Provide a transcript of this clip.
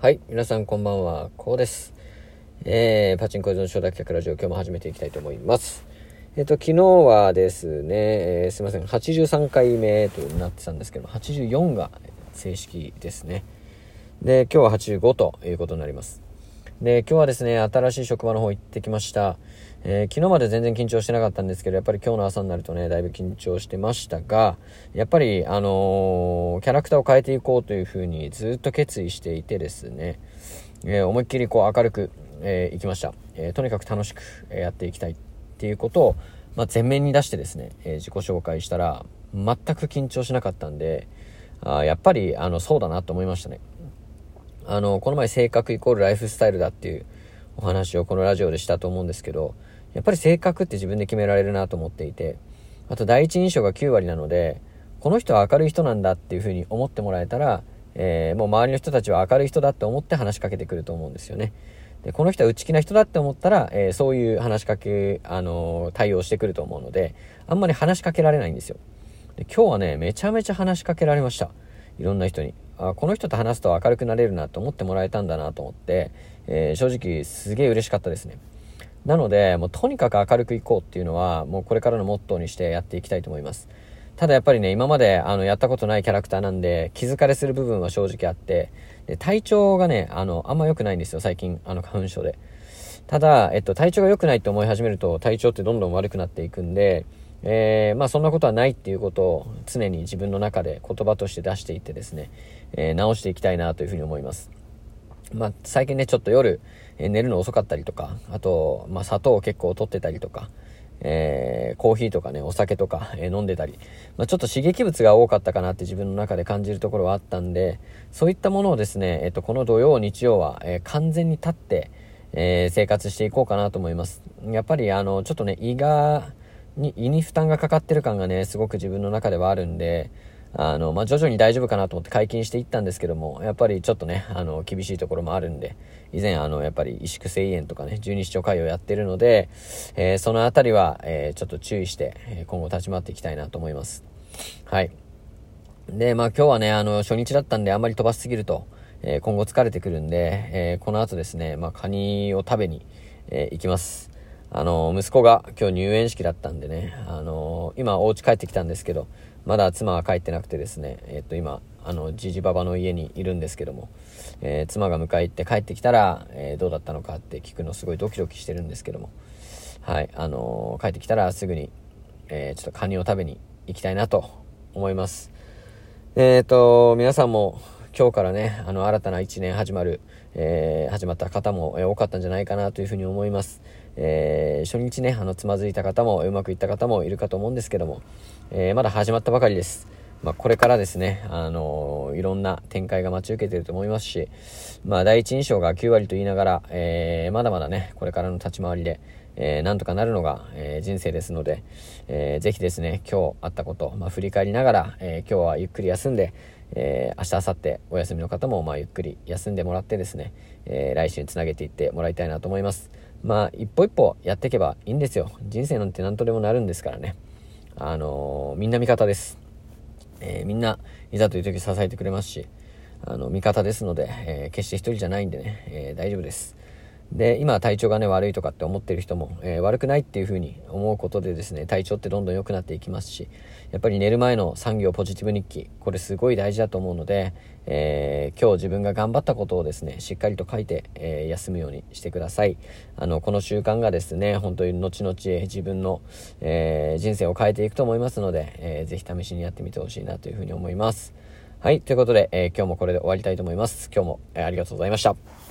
はい、皆さんこんばんは、こうです。パチンコ依存症脱却ラジオ、今日も始めていきたいと思います。昨日はですね、すいません、83回目となってたんですけど、84が正式ですね。で、今日は85ということになります。で、今日はですね、新しい職場の方行ってきました。昨日まで全然緊張してなかったんですけど、やっぱり今日の朝になるとね、だいぶ緊張してましたが、やっぱりキャラクターを変えていこうというふうにずっと決意していてですね、思いっきり明るく、いきました。とにかく楽しく、やっていきたいっていうことを、前面に出してですね、自己紹介したら全く緊張しなかったんで、やっぱりそうだなと思いましたね。この前性格イコールライフスタイルだっていうお話をこのラジオでしたと思うんですけど、やっぱり性格って自分で決められるなと思っていて、あと第一印象が9割なので、この人は明るい人なんだっていうふうに思ってもらえたら、もう周りの人たちは明るい人だって思って話しかけてくると思うんですよね。で、この人は内気な人だって思ったら、そういう話しかけ、対応してくると思うので、あんまり話しかけられないんですよ。で、今日はね、めちゃめちゃ話しかけられました。いろんな人に。この人と話すと明るくなれるなと思ってもらえたんだなと思って、正直すげえ嬉しかったですね。なので、もうとにかく明るくいこうっていうのは、もうこれからのモットーにしてやっていきたいと思います。ただやっぱりね、今までやったことないキャラクターなんで、気疲れする部分は正直あって、で、体調がね、あんま良くないんですよ、最近、花粉症で。ただ、体調が良くないって思い始めると、体調ってどんどん悪くなっていくんで、そんなことはないっていうことを常に自分の中で言葉として出していってですね、直していきたいなというふうに思います。最近ね、ちょっと夜、寝るの遅かったりとか、あと、砂糖を結構取ってたりとか、コーヒーとかね、お酒とか、飲んでたり、ちょっと刺激物が多かったかなって自分の中で感じるところはあったんで、そういったものをですね、この土曜日曜は、完全に立って、生活していこうかなと思います。やっぱりちょっとね、胃に負担がかかってる感がね、すごく自分の中ではあるんで、徐々に大丈夫かなと思って解禁していったんですけども、やっぱりちょっとね、厳しいところもあるんで、以前やっぱり萎縮性胃炎とかね、十二指腸潰瘍をやってるので、そのあたりは、ちょっと注意して、今後立ち回っていきたいなと思います。はい。で、今日はね、初日だったんであんまり飛ばしすぎると、今後疲れてくるんで、この後ですね、カニを食べに、行きます。息子が今日入園式だったんでね、今お家帰ってきたんですけど、まだ妻は帰ってなくてですね、今、じじばばの家にいるんですけども、妻が迎え行って帰ってきたら、どうだったのかって聞くのすごいドキドキしてるんですけども、はい、帰ってきたらすぐに、ちょっとカニを食べに行きたいなと思います。皆さんも今日からね、新たな一年始まった方も多かったんじゃないかなというふうに思います。初日ね、つまずいた方もうまくいった方もいるかと思うんですけども、まだ始まったばかりです。これからですね、いろんな展開が待ち受けていると思いますし、第一印象が9割と言いながら、まだまだね、これからの立ち回りで、なんとかなるのが、人生ですので、ぜひですね、今日あったこと、振り返りながら、今日はゆっくり休んで、明日明後日お休みの方もゆっくり休んでもらってですね、来週につなげていってもらいたいなと思います。一歩一歩やっていけばいいんですよ。人生なんて何とでもなるんですからね。みんな味方です。みんないざという時支えてくれますし、味方ですので、決して一人じゃないんでね、大丈夫です。で、今体調がね悪いとかって思ってる人も、悪くないっていう風に思うことでですね、体調ってどんどん良くなっていきますし、やっぱり寝る前の3行ポジティブ日記、これすごい大事だと思うので、今日自分が頑張ったことをですねしっかりと書いて、休むようにしてください。この習慣がですね本当に後々自分の、人生を変えていくと思いますので、ぜひ試しにやってみてほしいなという風に思います。はい、ということで、今日もこれで終わりたいと思います。今日も、ありがとうございました。